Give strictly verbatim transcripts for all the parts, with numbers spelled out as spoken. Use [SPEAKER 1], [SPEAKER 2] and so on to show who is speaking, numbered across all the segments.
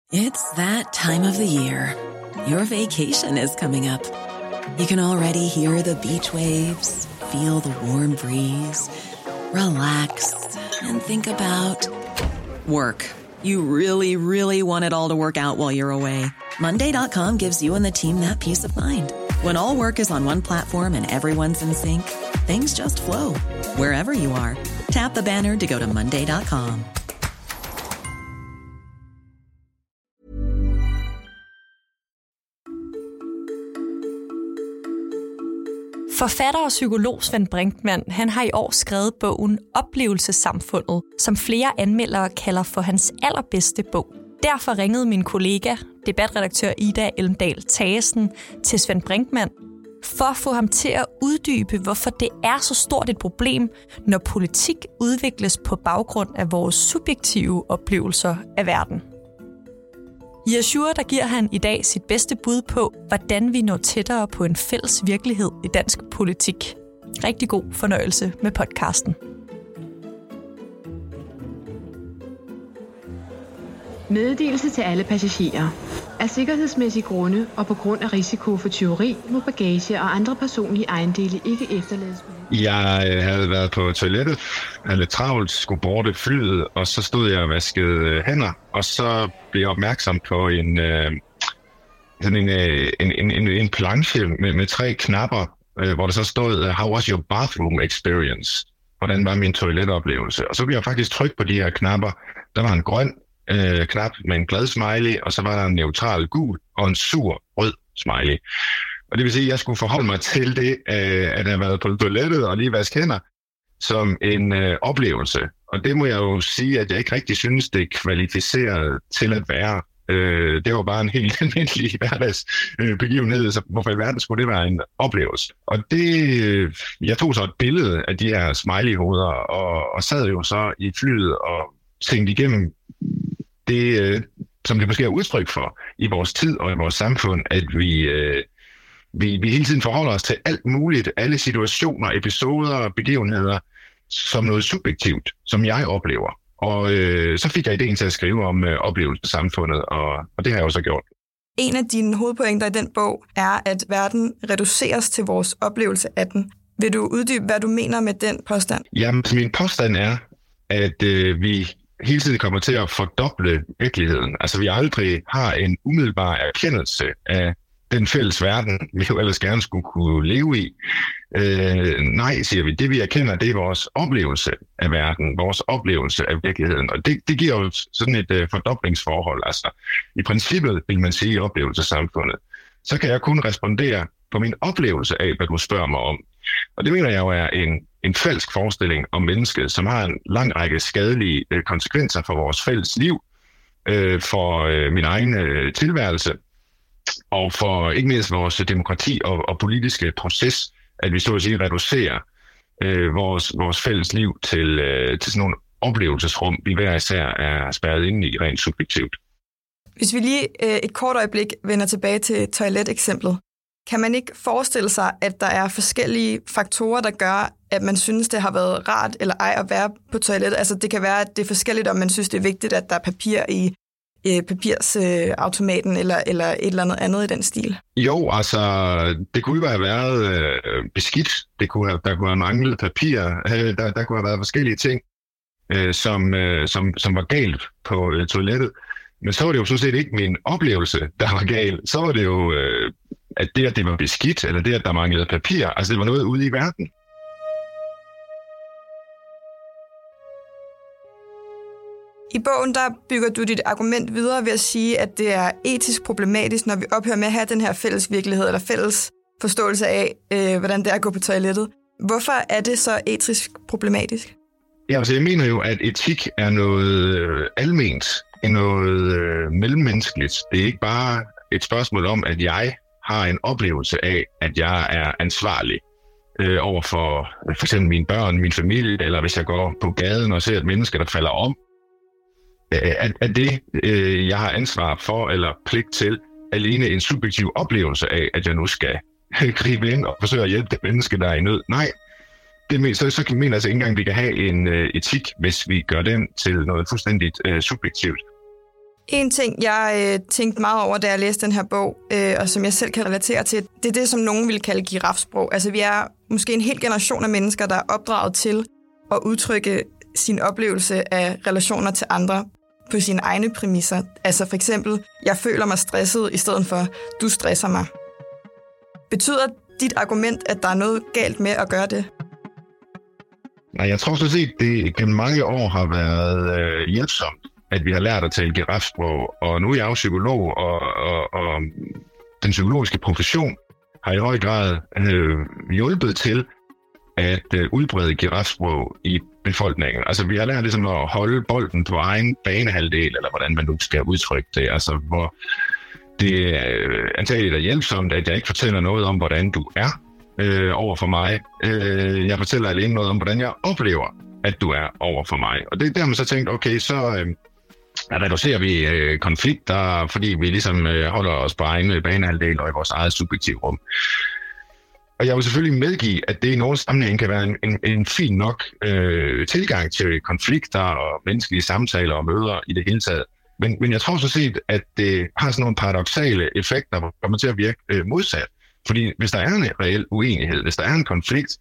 [SPEAKER 1] It's that time of the year. Your vacation is coming up. You can already hear the beach waves, feel the warm breeze, relax, and think about work. You really, really want it all to work out while you're away. Monday dot com gives you and the team that peace of mind. When all work is on one platform and everyone's in sync, things just flow. Wherever you are, tap the banner to go to monday dot com.
[SPEAKER 2] Forfatter og psykolog Svend Brinkmann, han har i år skrevet bogen Oplevelsessamfundet, som flere anmeldere kalder for hans allerbedste bog. Derfor ringede min kollega, debatredaktør Ida Elmdal Thagesen, til Svend Brinkmann for at få ham til at uddybe, hvorfor det er så stort et problem, når politik udvikles på baggrund af vores subjektive oplevelser af verden. I Azure, der giver han i dag sit bedste bud på, hvordan vi når tættere på en fælles virkelighed i dansk politik. Rigtig god fornøjelse med podcasten.
[SPEAKER 3] Meddelelse til alle passagerer. Af sikkerhedsmæssige grunde og på grund af risiko for tyveri må bagage og andre personlige ejendele ikke efterlades.
[SPEAKER 4] Jeg havde været på toilettet, havde lidt travlt, skulle borte flyet, og så stod jeg og vaskede hænder, og så blev jeg opmærksom på en, øh, sådan en, øh, en, en, en, en planche med, med tre knapper, øh, hvor der så stod, how was your bathroom experience? Hvordan var min toiletoplevelse? Og så blev jeg faktisk trykke på de her knapper. Der var en grøn øh, knap med en glad smiley, og så var der en neutral gul og en sur rød smiley. Og det vil sige, at jeg skulle forholde mig til det, øh, at jeg har været på toilettet og lige vaske hænder, som en øh, oplevelse. Og det må jeg jo sige, at jeg ikke rigtig synes, det er kvalificeret til at være. Øh, det var bare en helt almindelig hverdagsbegivenhed, øh, så hvorfor i verden skulle det være en oplevelse? Og det, øh, jeg tog så et billede af de her smiley-hoveder, og, og sad jo så i flyet og tænkte igennem det, øh, som det måske er udtryk for i vores tid og i vores samfund, at vi... Øh, Vi, vi hele tiden forholder os til alt muligt, alle situationer, episoder og begivenheder, som noget subjektivt, som jeg oplever. Og øh, så fik jeg ideen til at skrive om øh, oplevelsessamfundet, og, og det har jeg også gjort.
[SPEAKER 2] En af dine hovedpointer i den bog er, at verden reduceres til vores oplevelse af den. Vil du uddybe, hvad du mener med den påstand?
[SPEAKER 4] Jamen, min påstand er, at øh, vi hele tiden kommer til at fordoble virkeligheden. Altså, vi aldrig har en umiddelbar erkendelse af den fælles verden, vi jo ellers gerne skulle kunne leve i. Øh, nej, siger vi. Det vi erkender, det er vores oplevelse af verden, vores oplevelse af virkeligheden. Og det, det giver jo sådan et uh, fordoblingsforhold. Altså, i princippet vil man sige oplevelsessamfundet. Så kan jeg kun respondere på min oplevelse af, hvad du spørger mig om. Og det mener jeg jo er en, en falsk forestilling om mennesket, som har en lang række skadelige uh, konsekvenser for vores fælles liv, uh, for uh, min egen uh, tilværelse, og for ikke mindst vores demokrati og, og politiske proces, at vi så at sige reducerer øh, vores, vores fælles liv til, øh, til sådan nogle oplevelsesrum, vi hver især er spærret inde i rent subjektivt.
[SPEAKER 2] Hvis vi lige øh, et kort øjeblik vender tilbage til toileteksemplet, kan man ikke forestille sig, at der er forskellige faktorer, der gør, at man synes, det har været rart eller ej at være på toilettet? Altså det kan være, at det er forskelligt, om man synes, det er vigtigt, at der er papir i papirsautomaten øh, eller, eller et eller andet andet i den stil? Jo,
[SPEAKER 4] altså, det kunne jo have været øh, beskidt. Det kunne have, der kunne have manglet papir. Øh, der, der kunne have været forskellige ting, øh, som, øh, som, som var galt på øh, toilettet. Men så var det jo sådan set ikke min oplevelse, der var galt. Så var det jo, øh, at det, at det var beskidt, eller det, at der manglede papir, altså det var noget ude i verden.
[SPEAKER 2] I bogen der bygger du dit argument videre ved at sige, at det er etisk problematisk, når vi ophører med at have den her fælles virkelighed, eller fælles forståelse af, øh, hvordan det er at gå på toilettet. Hvorfor er det så etisk problematisk?
[SPEAKER 4] Ja, altså jeg mener jo, at etik er noget øh, alment, noget øh, mellemmenneskeligt. Det er ikke bare et spørgsmål om, at jeg har en oplevelse af, at jeg er ansvarlig øh, over for for eksempel mine børn, min familie, eller hvis jeg går på gaden og ser et menneske, der falder om. Er, er det, øh, jeg har ansvar for eller pligt til, alene en subjektiv oplevelse af, at jeg nu skal gribe ind og forsøge at hjælpe det menneske, der er i nød? Nej, det, så, så mener jeg altså ikke engang, at vi kan have en øh, etik, hvis vi gør den til noget fuldstændigt øh, subjektivt.
[SPEAKER 5] En ting, jeg øh, tænkte meget over, da jeg læste den her bog, øh, og som jeg selv kan relatere til, det er det, som nogen vil kalde girafsprog. Altså, vi er måske en hel generation af mennesker, der er opdraget til at udtrykke sin oplevelse af relationer til andre på sine egne præmisser. Altså for eksempel, jeg føler mig stresset, i stedet for, du stresser mig. Betyder dit argument, at der er noget galt med at gøre det?
[SPEAKER 4] Nej, jeg tror så set, det gennem mange år har været øh, hjælpsomt, at vi har lært at tale girafsprog. Og nu er jeg jo psykolog, og, og, og den psykologiske profession har i høj grad øh, hjulpet til at øh, udbrede girafsprog i befolkningen. Altså, vi har lært ligesom at holde bolden på egen banehalvdel, eller hvordan man nu skal udtrykke det. Altså, hvor det er øh, antageligt er hjælpsomt, at jeg ikke fortæller noget om, hvordan du er øh, over for mig. Øh, jeg fortæller alene noget om, hvordan jeg oplever, at du er over for mig. Og det er der, man så tænkt, okay, så øh, reducerer vi øh, konflikter, fordi vi ligesom øh, holder os på egen banehalvdel og i vores eget subjektive rum. Og jeg vil selvfølgelig medgive, at det i nogle sammenhæng kan være en, en, en fin nok øh, tilgang til konflikter og menneskelige samtaler og møder i det hele taget. Men, men jeg tror så set, at det har sådan nogle paradoksale effekter, der kommer til at virke øh, modsat. Fordi hvis der er en reel uenighed, hvis der er en konflikt,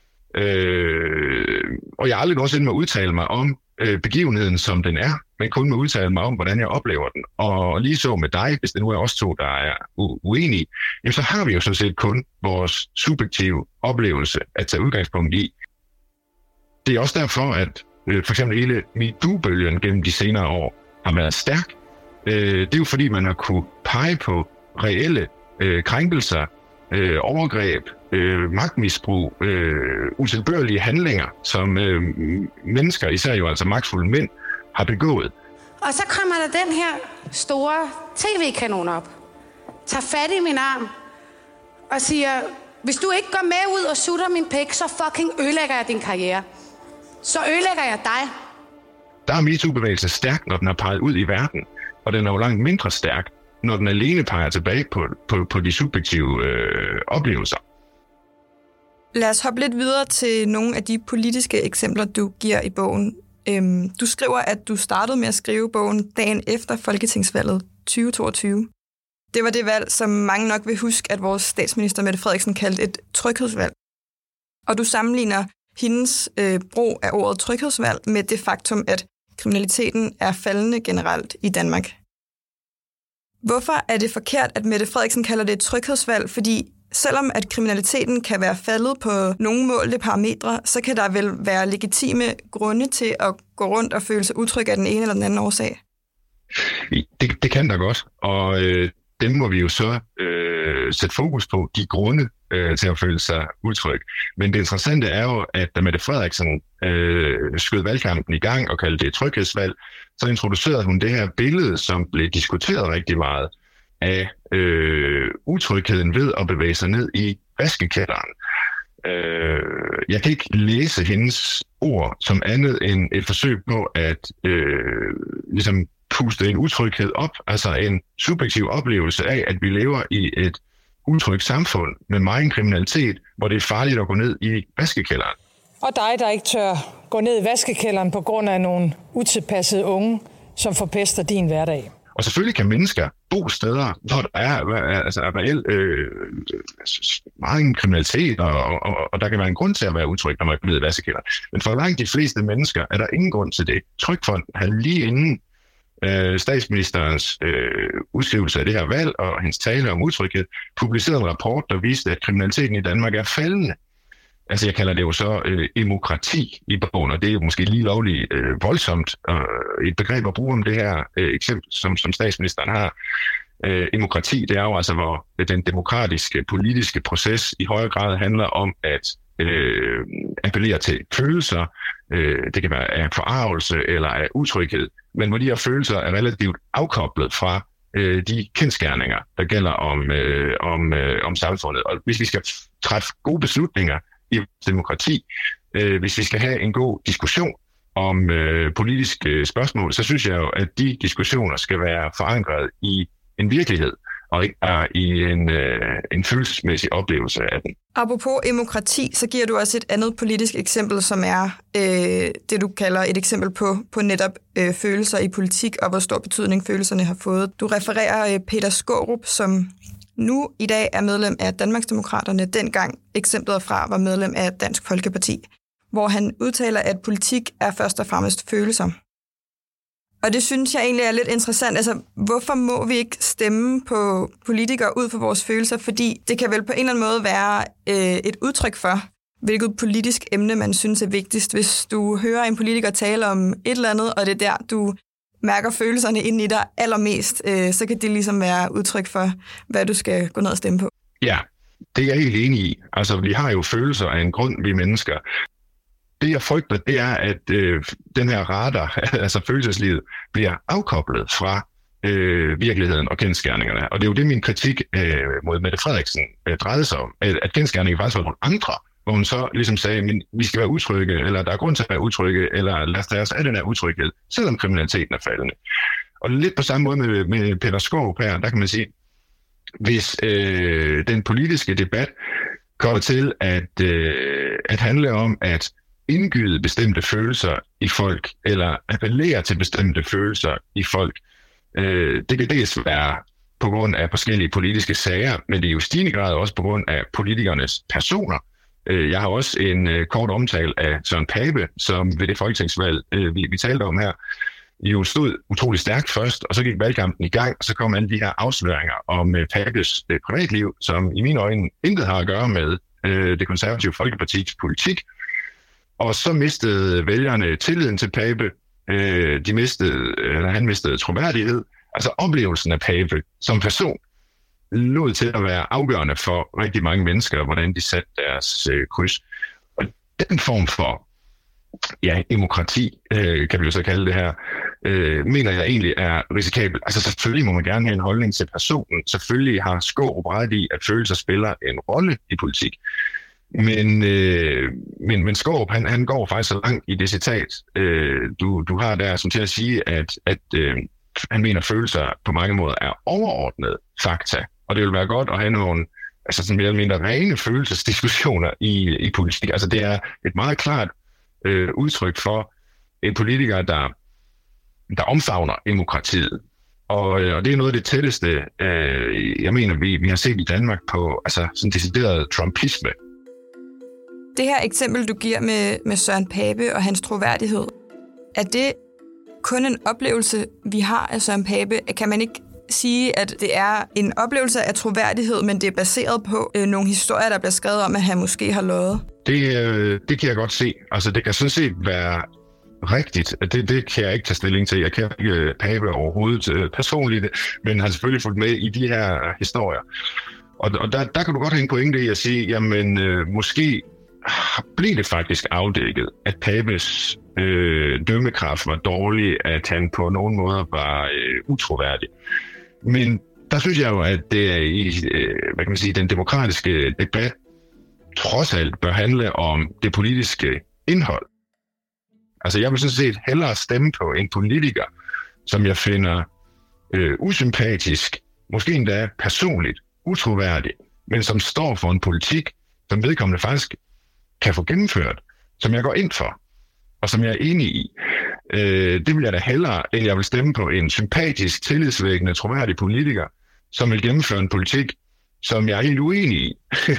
[SPEAKER 4] øh, og jeg aldrig nogensinde må udtale mig om øh, begivenheden, som den er, men kun må udtale mig om, hvordan jeg oplever den. Og lige så med dig, hvis det nu er os to, der er u- uenige, jamen så har vi jo sådan set kun vores subjektive oplevelse at tage udgangspunkt i. Det er også derfor, at øh, for eksempel hele MeToo-bølgen gennem de senere år har været stærk. Øh, det er jo fordi, man har kunne pege på reelle øh, krænkelser, øh, overgreb, øh, magtmisbrug, øh, utilbørlige handlinger, som øh, mennesker, især jo altså magtfulde mænd, har begået.
[SPEAKER 6] Og så kommer der den her store tv-kanon op, tager fat i min arm og siger, hvis du ikke går med ud og sutter min pik, så fucking ødelægger jeg din karriere. Så ødelægger jeg dig.
[SPEAKER 4] Der er MeToo-bevægelsen stærk, når den er peget ud i verden, og den er jo langt mindre stærk, når den alene peger tilbage på, på, på de subjektive øh, oplevelser.
[SPEAKER 5] Lad os hoppe lidt videre til nogle af de politiske eksempler, du giver i bogen. Øhm, du skriver, at du startede med at skrive bogen dagen efter Folketingsvalget tyve toogtyve. Det var det valg, som mange nok vil huske, at vores statsminister Mette Frederiksen kaldte et tryghedsvalg. Og du sammenligner hendes øh, brug af ordet tryghedsvalg med det faktum, at kriminaliteten er faldende generelt i Danmark. Hvorfor er det forkert, at Mette Frederiksen kalder det et tryghedsvalg? Fordi selvom at kriminaliteten kan være faldet på nogle målte parametre, så kan der vel være legitime grunde til at gå rundt og føle sig utryg af den ene eller den anden årsag?
[SPEAKER 4] Det, det kan der godt, og øh, dem må vi jo så øh, sætte fokus på, de grunde øh, til at føle sig utryg. Men det interessante er jo, at da Mette Frederiksen øh, skød valgkampen i gang og kaldte det et tryghedsvalg, så introducerede hun det her billede, som blev diskuteret rigtig meget, af øh, utrygheden ved at bevæge sig ned i vaskekælderen. Øh, jeg kan ikke læse hendes ord som andet end et forsøg på at øh, ligesom puste en utryghed op, altså en subjektiv oplevelse af, at vi lever i et utrygt samfund med meget kriminalitet, hvor det er farligt at gå ned i vaskekælderen.
[SPEAKER 7] Og dig, der ikke tør gå ned i vaskekælderen på grund af nogle utilpassede unge, som forpester din hverdag.
[SPEAKER 4] Og selvfølgelig kan mennesker bo steder, hvor der er altså, reelt øh, meget kriminalitet, og, og, og der kan være en grund til at være utryg, når man går ned i vaskekælderen. Men for langt de fleste mennesker er der ingen grund til det. Trygfonden har lige inden øh, statsministerens øh, udskrivelse af det her valg og hendes tale om utryghed, publiceret en rapport, der viste, at kriminaliteten i Danmark er faldende. Altså jeg kalder det jo så øh, demokrati i bogen, og det er jo måske lige lovligt øh, voldsomt øh, et begreb at bruge om det her øh, eksempel, som, som statsministeren har. Øh, demokrati, det er jo altså, hvor den demokratiske politiske proces i højere grad handler om at øh, appellere til følelser. Øh, det kan være af forarvelse eller af utryghed, men hvor de her følelser er relativt afkoblet fra øh, de kendsgerninger, der gælder om, øh, om, øh, om samfundet. Og hvis vi skal træffe gode beslutninger i demokrati, øh, hvis vi skal have en god diskussion om øh, politiske spørgsmål, så synes jeg jo, at de diskussioner skal være forankret i en virkelighed. og ikke bare i en, øh, en følelsesmæssig oplevelse af den.
[SPEAKER 5] Apropos demokrati, så giver du også et andet politisk eksempel, som er øh, det, du kalder et eksempel på, på netop øh, følelser i politik, og hvor stor betydning følelserne har fået. Du refererer øh, Peter Skaarup, som nu i dag er medlem af Danmarksdemokraterne, dengang eksemplet fra var medlem af Dansk Folkeparti, hvor han udtaler, at politik er først og fremmest følelser. Og det synes jeg egentlig er lidt interessant. Altså, hvorfor må vi ikke stemme på politikere ud fra vores følelser? Fordi det kan vel på en eller anden måde være øh, et udtryk for, hvilket politisk emne man synes er vigtigst. Hvis du hører en politiker tale om et eller andet, og det er der, du mærker følelserne ind i dig allermest, øh, så kan det ligesom være udtryk for, hvad du skal gå ned og stemme på.
[SPEAKER 4] Ja, det er jeg helt enig i. Altså, vi har jo følelser af en grund, vi mennesker. Det, jeg frygter, det er, at øh, den her radar, altså følelseslivet, bliver afkoblet fra øh, virkeligheden og kendsgerningerne. Og det er jo det, min kritik øh, mod Mette Frederiksen øh, drejede sig om, at, at kendsgerningerne faktisk var nogle andre, hvor hun så ligesom sagde, men vi skal være utrygge, eller der er grund til at være utrygge, eller lad os tage os af den her utryghed, selvom kriminaliteten er faldende. Og lidt på samme måde med, med Peter Skaarup her, der kan man sige, hvis øh, den politiske debat går til at, øh, at handle om at indgyde bestemte følelser i folk, eller appellere til bestemte følelser i folk. Øh, det kan dels være på grund af forskellige politiske sager, men det er jo i stigende grad også på grund af politikernes personer. Øh, jeg har også en øh, kort omtale af Søren Pape, som ved det folketingsvalg, øh, vi, vi talte om her, jo stod utrolig stærkt først, og så gik valgkampen i gang, og så kom alle de her afsløringer om øh, Papes øh, privatliv, som i mine øjne intet har at gøre med øh, det konservative Folkepartis politik. Og så mistede vælgerne tilliden til Pape. Øh, de mistede, eller han mistede troværdighed. Altså oplevelsen af Pape som person lod til at være afgørende for rigtig mange mennesker, hvordan de satte deres øh, kryds. Og den form for ja, demokrati, øh, kan vi jo så kalde det her, øh, mener jeg egentlig er risikabel. Altså selvfølgelig må man gerne have en holdning til personen. Selvfølgelig har Skaarup ret i, at følelser spiller en rolle i politik. Men, øh, men, men Skaarup, han, han går faktisk så langt i det citat, øh, du, du har der, som til at sige, at, at øh, han mener, at følelser på mange måder er overordnet fakta. Og det vil være godt at have nogle altså sådan mere eller mindre rene følelsesdiskussioner i, i politik. Altså det er et meget klart øh, udtryk for en politiker, der, der omfavner demokratiet. Og, øh, og det er noget af det tætteste, øh, jeg mener, vi, vi har set i Danmark på altså sådan decideret trumpisme.
[SPEAKER 5] Det her eksempel, du giver med, med Søren Pape og hans troværdighed, er det kun en oplevelse, vi har af Søren Pape? Kan man ikke sige, at det er en oplevelse af troværdighed, men det er baseret på øh, nogle historier, der bliver skrevet om, at han måske har løjet? Det,
[SPEAKER 4] øh, det kan jeg godt se. Altså, det kan sådan set være rigtigt. Det, det kan jeg ikke tage stilling til. Jeg kan ikke Pape overhovedet øh, personligt, men har selvfølgelig fulgt med i de her historier. Og, og der, der kan du godt have en pointe i at sige, jamen øh, måske blev det faktisk afdækket, at Papes øh, dømmekraft var dårlig, at han på nogen måder var øh, utroværdig. Men der synes jeg jo, at det er i øh, hvad kan man sige, den demokratiske debat trods alt bør handle om det politiske indhold. Altså jeg vil sådan set hellere stemme på en politiker, som jeg finder øh, usympatisk, måske endda personligt utroværdig, men som står for en politik, som vedkommende faktisk kan få gennemført, som jeg går ind for, og som jeg er enig i. Øh, det vil jeg da hellere, end jeg vil stemme på en sympatisk, tillidsvækkende, troværdig politiker, som vil gennemføre en politik, som jeg er helt uenig i.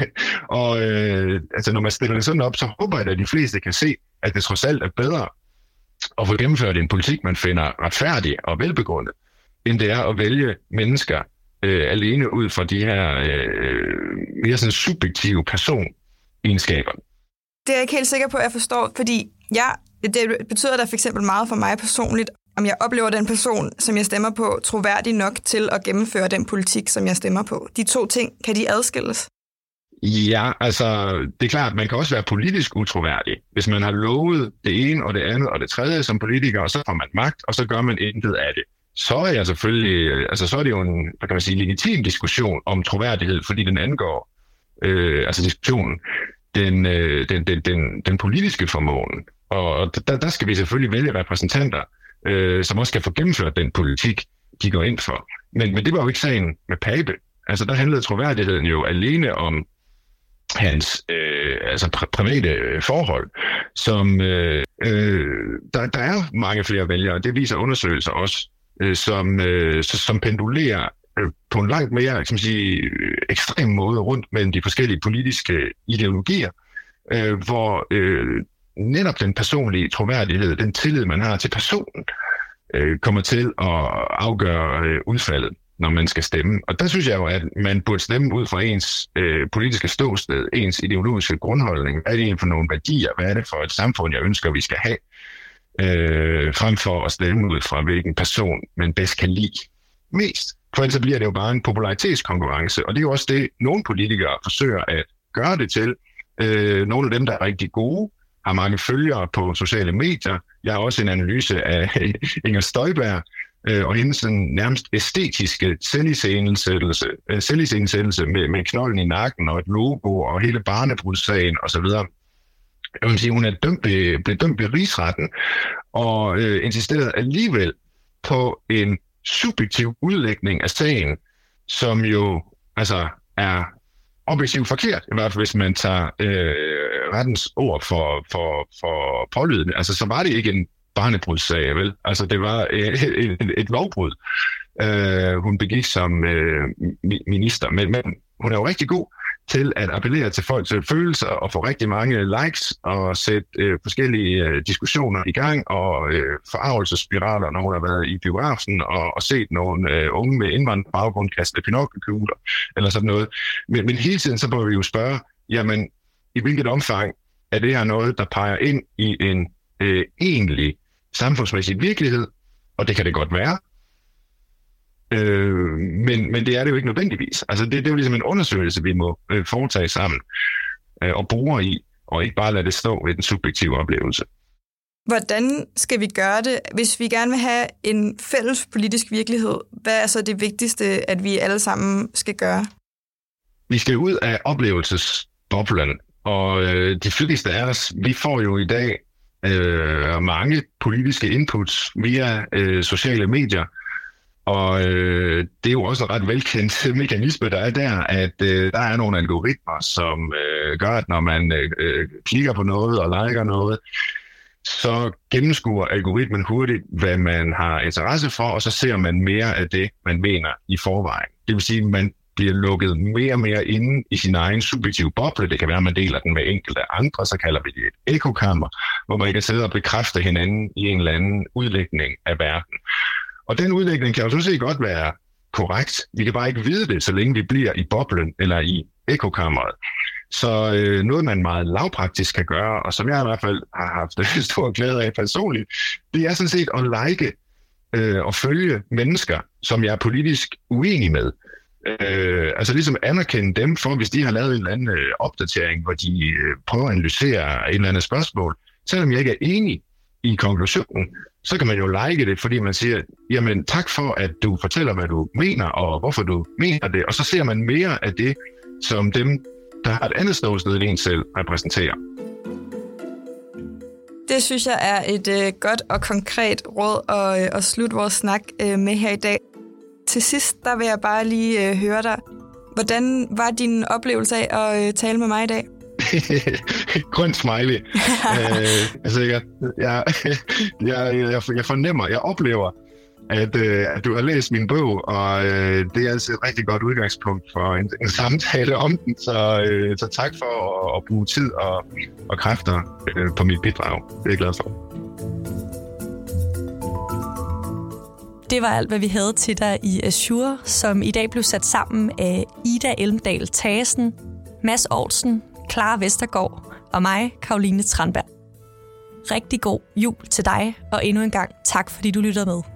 [SPEAKER 4] og øh, altså, når man stiller det sådan op, så håber jeg, at de fleste kan se, at det trods alt er bedre at få gennemført en politik, man finder retfærdig og velbegrundet, end det er at vælge mennesker øh, alene ud fra de her øh, mere sådan subjektive personegenskaber.
[SPEAKER 5] Det er jeg ikke helt sikker på, at jeg forstår, fordi ja, det betyder da for eksempel meget for mig personligt, om jeg oplever den person, som jeg stemmer på, troværdig nok til at gennemføre den politik, som jeg stemmer på. De to ting, kan de adskilles?
[SPEAKER 4] Ja, altså det er klart, at man kan også være politisk utroværdig. Hvis man har lovet det ene og det andet og det tredje som politiker, og så får man magt, og så gør man intet af det. Så er jeg selvfølgelig, altså så er det jo en, hvad kan man sige, legitim diskussion om troværdighed, fordi den angår, øh, altså diskussionen, den, øh, den, den, den, den politiske formåen. Og der, der skal vi selvfølgelig vælge repræsentanter, øh, som også skal få gennemført den politik, de går ind for. Men, men det var jo ikke sagen med Pape. Altså, der handlede troværdigheden jo alene om hans øh, altså pr- private forhold, som øh, øh, der, der er mange flere vælgere, det viser undersøgelser også, øh, som, øh, som pendulerer øh, på en langt mere kan man sige, ekstrem måde rundt mellem de forskellige politiske ideologier, øh, hvor øh, netop den personlige troværdighed, den tillid, man har til personen, øh, kommer til at afgøre øh, udfaldet, når man skal stemme. Og der synes jeg jo, at man burde stemme ud fra ens øh, politiske ståsted, ens ideologiske grundholdning. Hvad er det for nogle værdier? Hvad er det for et samfund, jeg ønsker, vi skal have? Øh, frem for at stemme ud fra, hvilken person man bedst kan lide mest. For ellers bliver det jo bare en popularitetskonkurrence, og det er jo også det, nogle politikere forsøger at gøre det til. Øh, nogle af dem, der er rigtig gode, har mange følgere på sociale medier. Jeg har også en analyse af Inger Støjberg, øh, og hendes nærmest æstetiske selviscenesættelse, øh, selviscenesættelse med, med knolden i nakken og et logo og hele barnebrudssagen osv. Jeg vil sige, hun er dømt, blev dømt ved rigsretten og øh, insisterede alligevel på en subjektiv udlægning af sagen, som jo altså er objektivt forkert, i hvert fald hvis man tager øh, rettens ord for, for, for pålydende. Altså, så var det ikke en barnebrudssag, vel? Altså, det var et, et, et lovbrud, øh, hun begik som øh, minister. Men, men hun er jo rigtig god til at appellere til folks følelser og få rigtig mange likes og sætte øh, forskellige øh, diskussioner i gang og øh, forarvelsesspiraler, når hun har været i biografen og, og set nogle øh, unge med indvandrerbaggrund kaste Pinocchio-kugler eller sådan noget. Men, men hele tiden så må vi jo spørge, jamen i hvilket omfang er det her noget, der peger ind i en øh, egentlig samfundsmæssig virkelighed, og det kan det godt være. Øh, men, men det er det jo ikke nødvendigvis. Altså det, det er jo ligesom en undersøgelse, vi må øh, foretage sammen øh, og bruge i, og ikke bare lade det stå ved den subjektive oplevelse.
[SPEAKER 5] Hvordan skal vi gøre det, hvis vi gerne vil have en fælles politisk virkelighed? Hvad er så det vigtigste, at vi alle sammen skal gøre?
[SPEAKER 4] Vi skal ud af oplevelsesboblen, og øh, de fleste af os, vi får jo i dag øh, mange politiske inputs via øh, sociale medier. Og øh, det er jo også en ret velkendt mekanisme, der er der, at øh, der er nogle algoritmer, som øh, gør, at når man øh, klikker på noget og liker noget, så gennemskuer algoritmen hurtigt, hvad man har interesse for, og så ser man mere af det, man mener i forvejen. Det vil sige, at man bliver lukket mere og mere inde i sin egen subjektive boble. Det kan være, at man deler den med enkelte andre, så kalder vi det et ekokammer, hvor man kan sidde og bekræfte hinanden i en eller anden udlægning af verden. Og den udlægning kan jo sådan set godt være korrekt. Vi kan bare ikke vide det, så længe vi bliver i boblen eller i ekokammeret. Så øh, noget, man meget lavpraktisk kan gøre, og som jeg i hvert fald har haft stor glæde af personligt, det er sådan set at like øh, og følge mennesker, som jeg er politisk uenig med. Øh, altså ligesom anerkende dem for, hvis de har lavet en eller anden øh, opdatering, hvor de øh, prøver at analysere et eller andet spørgsmål, selvom jeg ikke er enig i konklusionen, så kan man jo like det, fordi man siger, jamen tak for, at du fortæller, hvad du mener, og hvorfor du mener det, og så ser man mere af det, som dem, der har et andet ståsted end en selv, repræsenterer.
[SPEAKER 5] Det synes jeg er et øh, godt og konkret råd at, øh, at slutte vores snak øh, med her i dag. Til sidst, der vil jeg bare lige øh, høre dig. Hvordan var din oplevelse af at øh, tale med mig i dag?
[SPEAKER 4] Grøn smiley. øh, altså, jeg, jeg, jeg, jeg, jeg fornemmer, jeg oplever, at, øh, at du har læst min bog, og øh, det er altså et rigtig godt udgangspunkt for en, en samtale om den, så, øh, så tak for at, at bruge tid og, og kræfter øh, på mit bidrag. Det er jeg glad for.
[SPEAKER 2] Det var alt, hvad vi havde til dig i Azure, som i dag blev sat sammen af Ida Elmdal Thagesen, Mads Aarhusen, Clara Vestergaard og mig, Caroline Tranberg. Rigtig god jul til dig, og endnu en gang tak, fordi du lytter med.